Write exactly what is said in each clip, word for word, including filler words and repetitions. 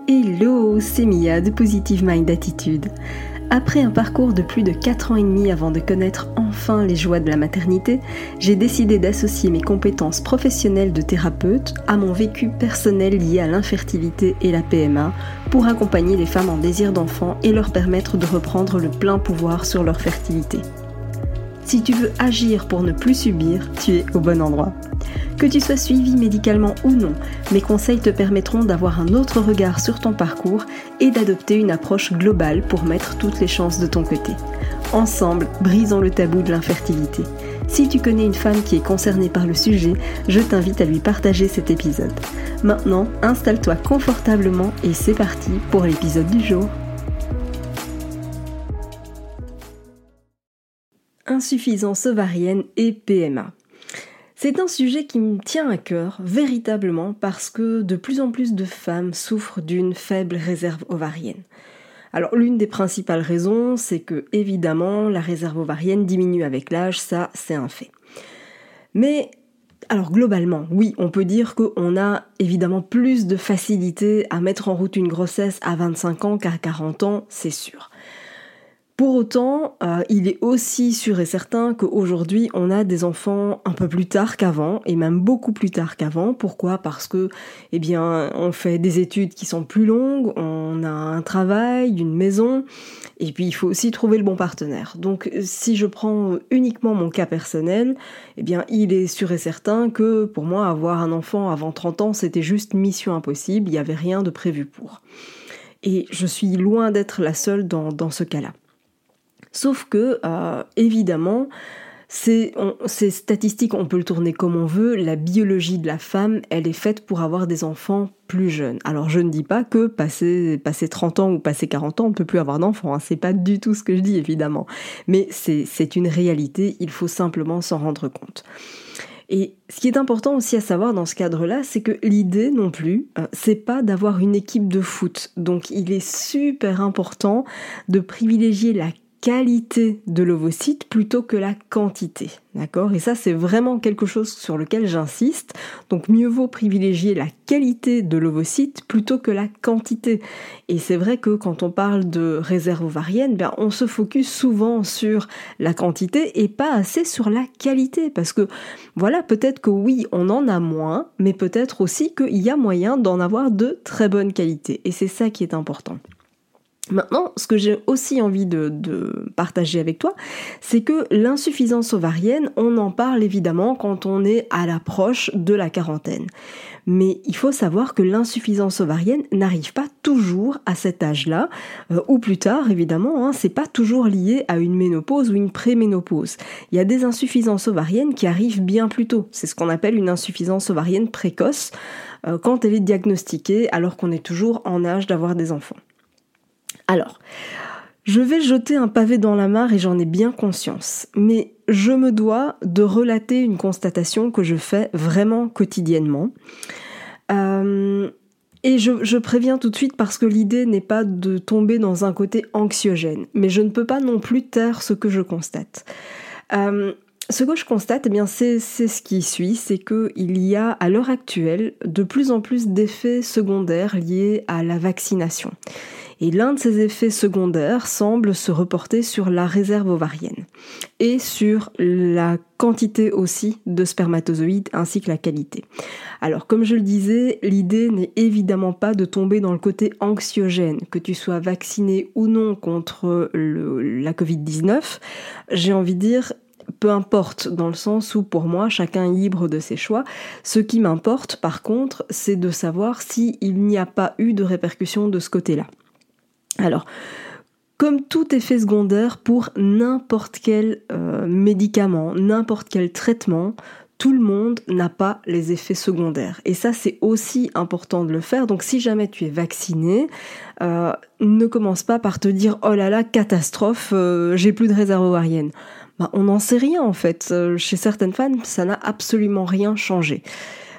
Hello, c'est Mia de Positive Mind Attitude. Après un parcours de plus de quatre ans et demi avant de connaître enfin les joies de la maternité, j'ai décidé d'associer mes compétences professionnelles de thérapeute à mon vécu personnel lié à l'infertilité et la P M A pour accompagner les femmes en désir d'enfant et leur permettre de reprendre le plein pouvoir sur leur fertilité. Si tu veux agir pour ne plus subir, tu es au bon endroit. Que tu sois suivi médicalement ou non, mes conseils te permettront d'avoir un autre regard sur ton parcours et d'adopter une approche globale pour mettre toutes les chances de ton côté. Ensemble, brisons le tabou de l'infertilité. Si tu connais une femme qui est concernée par le sujet, je t'invite à lui partager cet épisode. Maintenant, installe-toi confortablement et c'est parti pour l'épisode du jour. Insuffisance ovarienne et P M A. C'est un sujet qui me tient à cœur, véritablement, parce que de plus en plus de femmes souffrent d'une faible réserve ovarienne. Alors, l'une des principales raisons, c'est que, évidemment, la réserve ovarienne diminue avec l'âge, ça, c'est un fait. Mais, alors globalement, oui, on peut dire qu'on a évidemment plus de facilité à mettre en route une grossesse à vingt-cinq ans qu'à quarante ans, c'est sûr. Pour autant, euh, il est aussi sûr et certain qu'aujourd'hui, on a des enfants un peu plus tard qu'avant, et même beaucoup plus tard qu'avant. Pourquoi ? Parce que, eh bien, on fait des études qui sont plus longues, on a un travail, une maison, et puis il faut aussi trouver le bon partenaire. Donc, si je prends uniquement mon cas personnel, eh bien, il est sûr et certain que, pour moi, avoir un enfant avant trente ans, c'était juste mission impossible, il n'y avait rien de prévu pour. Et je suis loin d'être la seule dans, dans ce cas-là. Sauf que, euh, évidemment, c'est, on, ces statistiques, on peut le tourner comme on veut, la biologie de la femme, elle est faite pour avoir des enfants plus jeunes. Alors je ne dis pas que passer, passer trente ans ou passer quarante ans, on ne peut plus avoir d'enfants, hein, c'est pas du tout ce que je dis évidemment. Mais c'est, c'est une réalité, il faut simplement s'en rendre compte. Et ce qui est important aussi à savoir dans ce cadre-là, c'est que l'idée non plus, euh, c'est pas d'avoir une équipe de foot. Donc il est super important de privilégier la qualité de l'ovocyte plutôt que la quantité, d'accord ? Et ça, c'est vraiment quelque chose sur lequel j'insiste. Donc, mieux vaut privilégier la qualité de l'ovocyte plutôt que la quantité. Et c'est vrai que quand on parle de réserve ovarienne, ben, on se focus souvent sur la quantité et pas assez sur la qualité. Parce que, voilà, peut-être que oui, on en a moins, mais peut-être aussi qu'il y a moyen d'en avoir de très bonne qualité. Et c'est ça qui est important. Maintenant, ce que j'ai aussi envie de, de partager avec toi, c'est que l'insuffisance ovarienne, on en parle évidemment quand on est à l'approche de la quarantaine. Mais il faut savoir que l'insuffisance ovarienne n'arrive pas toujours à cet âge-là, euh, ou plus tard évidemment, hein, c'est pas toujours lié à une ménopause ou une préménopause. Il y a des insuffisances ovariennes qui arrivent bien plus tôt. C'est ce qu'on appelle une insuffisance ovarienne précoce, euh, quand elle est diagnostiquée alors qu'on est toujours en âge d'avoir des enfants. Alors, je vais jeter un pavé dans la mare et j'en ai bien conscience, mais je me dois de relater une constatation que je fais vraiment quotidiennement. Euh, et je, je préviens tout de suite parce que l'idée n'est pas de tomber dans un côté anxiogène, mais je ne peux pas non plus taire ce que je constate. Euh, Ce que je constate, eh bien, c'est, c'est ce qui suit, c'est qu'il y a à l'heure actuelle de plus en plus d'effets secondaires liés à la vaccination. Et l'un de ces effets secondaires semble se reporter sur la réserve ovarienne et sur la quantité aussi de spermatozoïdes ainsi que la qualité. Alors comme je le disais, l'idée n'est évidemment pas de tomber dans le côté anxiogène, que tu sois vacciné ou non contre le, la covid dix-neuf, j'ai envie de dire peu importe, dans le sens où pour moi, chacun est libre de ses choix. Ce qui m'importe par contre, c'est de savoir s'il n'y a pas eu de répercussions de ce côté-là. Alors, comme tout effet secondaire pour n'importe quel euh, médicament, n'importe quel traitement, tout le monde n'a pas les effets secondaires. Et ça, c'est aussi important de le faire. Donc, si jamais tu es vacciné, euh, ne commence pas par te dire « Oh là là, catastrophe, euh, j'ai plus de réserve ovarienne ». Bah, on n'en sait rien en fait. Euh, chez certaines femmes, ça n'a absolument rien changé.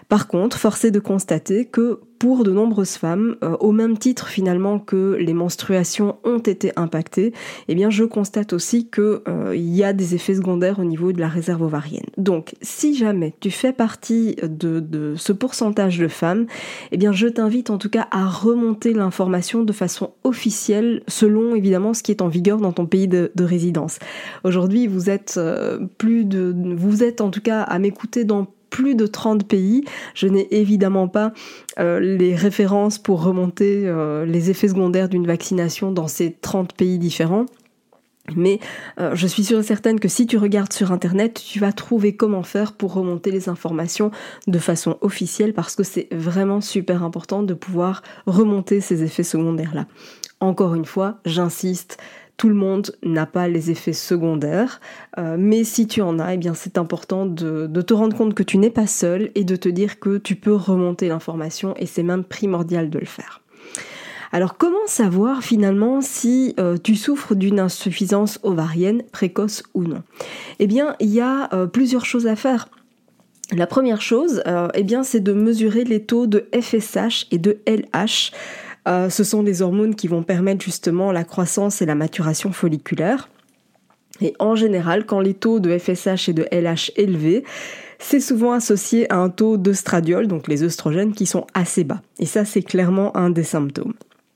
Par contre, force est de constater que pour de nombreuses femmes, euh, au même titre finalement que les menstruations ont été impactées, eh bien je constate aussi qu'il euh, y a des effets secondaires au niveau de la réserve ovarienne. Donc si jamais tu fais partie de, de ce pourcentage de femmes, eh bien je t'invite en tout cas à remonter l'information de façon officielle selon évidemment ce qui est en vigueur dans ton pays de, de résidence. Aujourd'hui, vous êtes euh, plus de, vous êtes en tout cas à m'écouter dans plus de trente pays. Je n'ai évidemment pas euh, les références pour remonter euh, les effets secondaires d'une vaccination dans ces trente pays différents. Mais euh, je suis sûre et certaine que si tu regardes sur internet, tu vas trouver comment faire pour remonter les informations de façon officielle parce que c'est vraiment super important de pouvoir remonter ces effets secondaires-là. Encore une fois, j'insiste, tout le monde n'a pas les effets secondaires, euh, mais si tu en as, eh bien c'est important de, de te rendre compte que tu n'es pas seul et de te dire que tu peux remonter l'information et c'est même primordial de le faire. Alors comment savoir finalement si euh, tu souffres d'une insuffisance ovarienne précoce ou non ? Eh bien il y a euh, plusieurs choses à faire. La première chose, euh, eh bien, c'est de mesurer les taux de F S H et de L H. Euh, ce sont des hormones qui vont permettre justement la croissance et la maturation folliculaire. Et en général, quand les taux de F S H et de L H élevés, c'est souvent associé à un taux d'œstradiol, donc les œstrogènes, qui sont assez bas. Et ça, c'est clairement un des symptômes.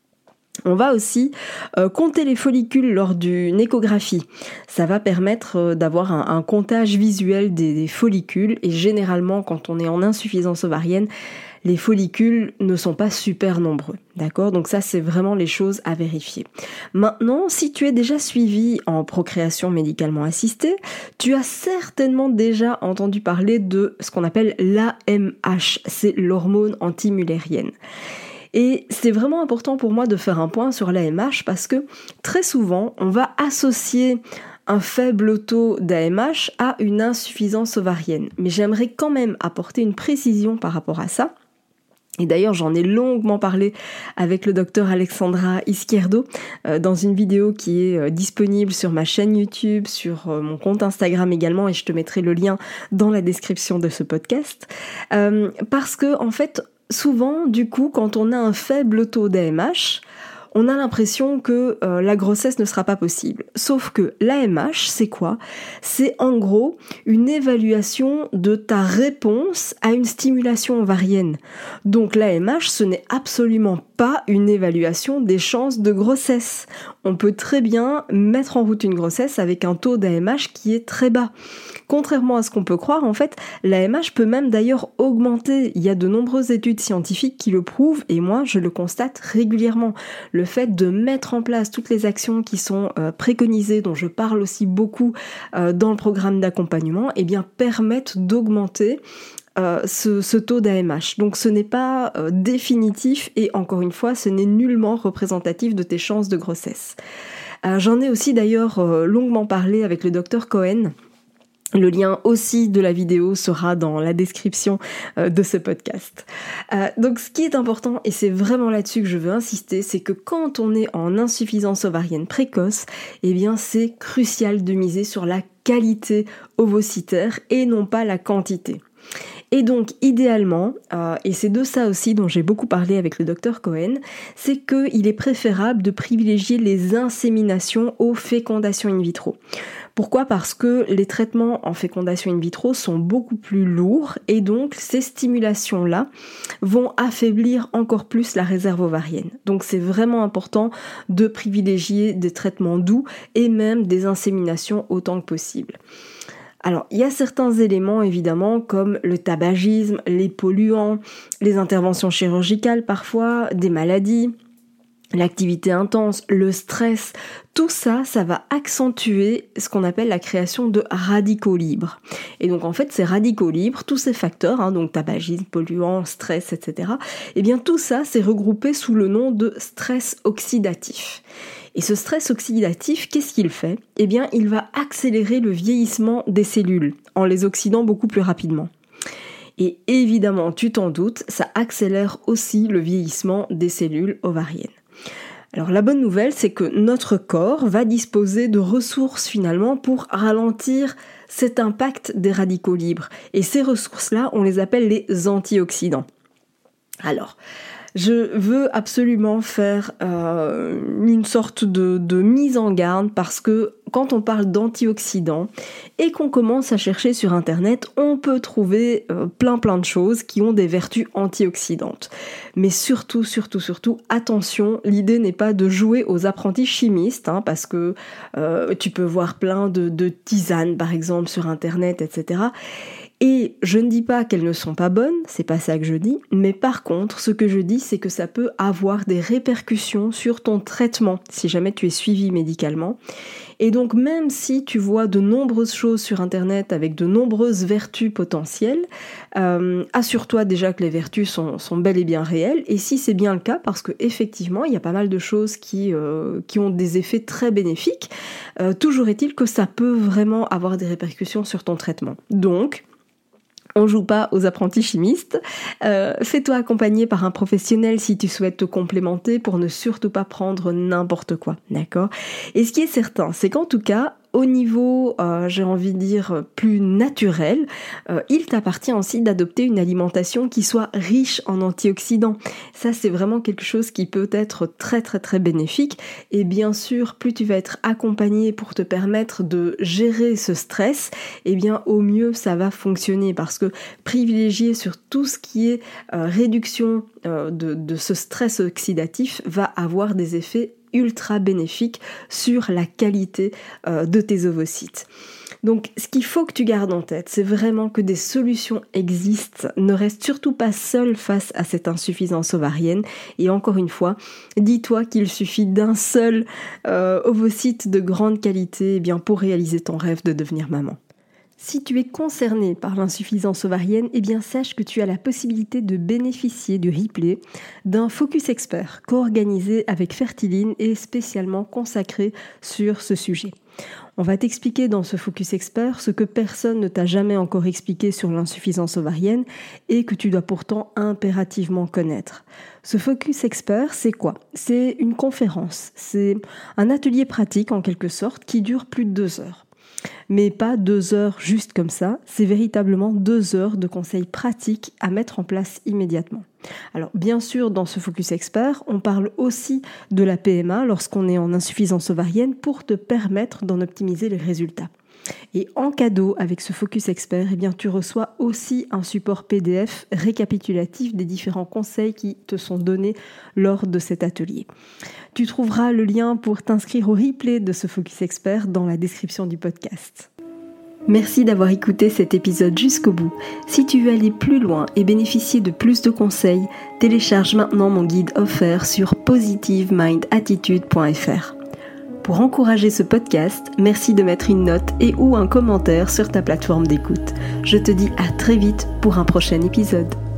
On va aussi euh, compter les follicules lors d'une échographie. Ça va permettre euh, d'avoir un, un comptage visuel des, des follicules et généralement, quand on est en insuffisance ovarienne, les follicules ne sont pas super nombreux, d'accord ? Donc ça, c'est vraiment les choses à vérifier. Maintenant, si tu es déjà suivi en procréation médicalement assistée, tu as certainement déjà entendu parler de ce qu'on appelle l'A M H, c'est l'hormone antimullérienne. Et c'est vraiment important pour moi de faire un point sur l'A M H parce que très souvent, on va associer un faible taux d'A M H à une insuffisance ovarienne. Mais j'aimerais quand même apporter une précision par rapport à ça. Et d'ailleurs, j'en ai longuement parlé avec le docteur Alexandra Izquierdo euh, dans une vidéo qui est euh, disponible sur ma chaîne YouTube, sur euh, mon compte Instagram également, et je te mettrai le lien dans la description de ce podcast. Euh, parce que, en fait, souvent, du coup, quand on a un faible taux d'A M H, on a l'impression que euh, la grossesse ne sera pas possible. Sauf que l'A M H, c'est quoi ? C'est en gros une évaluation de ta réponse à une stimulation ovarienne. Donc l'A M H, ce n'est absolument pas une évaluation des chances de grossesse. On peut très bien mettre en route une grossesse avec un taux d'A M H qui est très bas. Contrairement à ce qu'on peut croire, en fait, l'A M H peut même d'ailleurs augmenter. Il y a de nombreuses études scientifiques qui le prouvent et moi, je le constate régulièrement. Le fait de mettre en place toutes les actions qui sont euh, préconisées, dont je parle aussi beaucoup euh, dans le programme d'accompagnement, eh bien, permettent d'augmenter euh, ce, ce taux d'A M H. Donc ce n'est pas euh, définitif et encore une fois, ce n'est nullement représentatif de tes chances de grossesse. Euh, j'en ai aussi d'ailleurs euh, longuement parlé avec le docteur Cohen. Le lien aussi de la vidéo sera dans la description euh, de ce podcast. Euh, donc ce qui est important, et c'est vraiment là-dessus que je veux insister, c'est que quand on est en insuffisance ovarienne précoce, eh bien c'est crucial de miser sur la qualité ovocytaire et non pas la quantité. Et donc, idéalement, euh, et c'est de ça aussi dont j'ai beaucoup parlé avec le docteur Cohen, c'est qu'il est préférable de privilégier les inséminations aux fécondations in vitro. Pourquoi ? Parce que les traitements en fécondation in vitro sont beaucoup plus lourds et donc ces stimulations-là vont affaiblir encore plus la réserve ovarienne. Donc c'est vraiment important de privilégier des traitements doux et même des inséminations autant que possible. Alors, il y a certains éléments, évidemment, comme le tabagisme, les polluants, les interventions chirurgicales parfois, des maladies, l'activité intense, le stress, tout ça, ça va accentuer ce qu'on appelle la création de radicaux libres. Et donc, en fait, ces radicaux libres, tous ces facteurs, hein, donc tabagisme, polluants, stress, et cetera, eh bien, tout ça, c'est regroupé sous le nom de stress oxydatif. Et ce stress oxydatif, qu'est-ce qu'il fait ? Eh bien, il va accélérer le vieillissement des cellules en les oxydant beaucoup plus rapidement. Et évidemment, tu t'en doutes, ça accélère aussi le vieillissement des cellules ovariennes. Alors la bonne nouvelle, c'est que notre corps va disposer de ressources finalement pour ralentir cet impact des radicaux libres. Et ces ressources-là, on les appelle les antioxydants. Alors, je veux absolument faire euh, une sorte de, de mise en garde parce que quand on parle d'antioxydants et qu'on commence à chercher sur internet, on peut trouver euh, plein plein de choses qui ont des vertus antioxydantes. Mais surtout, surtout, surtout, attention, l'idée n'est pas de jouer aux apprentis chimistes, hein, parce que euh, tu peux voir plein de, de tisanes par exemple sur internet, et cetera. Et je ne dis pas qu'elles ne sont pas bonnes, c'est pas ça que je dis, mais par contre, ce que je dis, c'est que ça peut avoir des répercussions sur ton traitement, si jamais tu es suivi médicalement. Et donc, même si tu vois de nombreuses choses sur Internet avec de nombreuses vertus potentielles, euh, assure-toi déjà que les vertus sont, sont bel et bien réelles. Et si c'est bien le cas, parce que effectivement, il y a pas mal de choses qui, euh, qui ont des effets très bénéfiques, euh, toujours est-il que ça peut vraiment avoir des répercussions sur ton traitement. Donc, on joue pas aux apprentis chimistes. Euh, fais-toi accompagner par un professionnel si tu souhaites te complémenter pour ne surtout pas prendre n'importe quoi, d'accord ? Et ce qui est certain, c'est qu'en tout cas, au niveau, euh, j'ai envie de dire, plus naturel, euh, il t'appartient aussi d'adopter une alimentation qui soit riche en antioxydants. Ça, c'est vraiment quelque chose qui peut être très très très bénéfique. Et bien sûr, plus tu vas être accompagné pour te permettre de gérer ce stress, eh bien au mieux ça va fonctionner. Parce que privilégier sur tout ce qui est euh, réduction euh, de, de ce stress oxydatif va avoir des effets ultra bénéfique sur la qualité euh, de tes ovocytes. Donc ce qu'il faut que tu gardes en tête, c'est vraiment que des solutions existent. Ne reste surtout pas seul face à cette insuffisance ovarienne. Et encore une fois, dis-toi qu'il suffit d'un seul euh, ovocyte de grande qualité eh bien, pour réaliser ton rêve de devenir maman. Si tu es concerné par l'insuffisance ovarienne, eh bien sache que tu as la possibilité de bénéficier du replay d'un Focus Expert co-organisé avec Fertiline et spécialement consacré sur ce sujet. On va t'expliquer dans ce Focus Expert ce que personne ne t'a jamais encore expliqué sur l'insuffisance ovarienne et que tu dois pourtant impérativement connaître. Ce Focus Expert, c'est quoi ? C'est une conférence, c'est un atelier pratique en quelque sorte qui dure plus de deux heures. Mais pas deux heures juste comme ça, c'est véritablement deux heures de conseils pratiques à mettre en place immédiatement. Alors bien sûr, dans ce Focus Expert, on parle aussi de la P M A lorsqu'on est en insuffisance ovarienne pour te permettre d'en optimiser les résultats. Et en cadeau, avec ce Focus Expert, eh bien, tu reçois aussi un support P D F récapitulatif des différents conseils qui te sont donnés lors de cet atelier. Tu trouveras le lien pour t'inscrire au replay de ce Focus Expert dans la description du podcast. Merci d'avoir écouté cet épisode jusqu'au bout. Si tu veux aller plus loin et bénéficier de plus de conseils, télécharge maintenant mon guide offert sur positive mind attitude point f r. Pour encourager ce podcast, merci de mettre une note et ou un commentaire sur ta plateforme d'écoute. Je te dis à très vite pour un prochain épisode.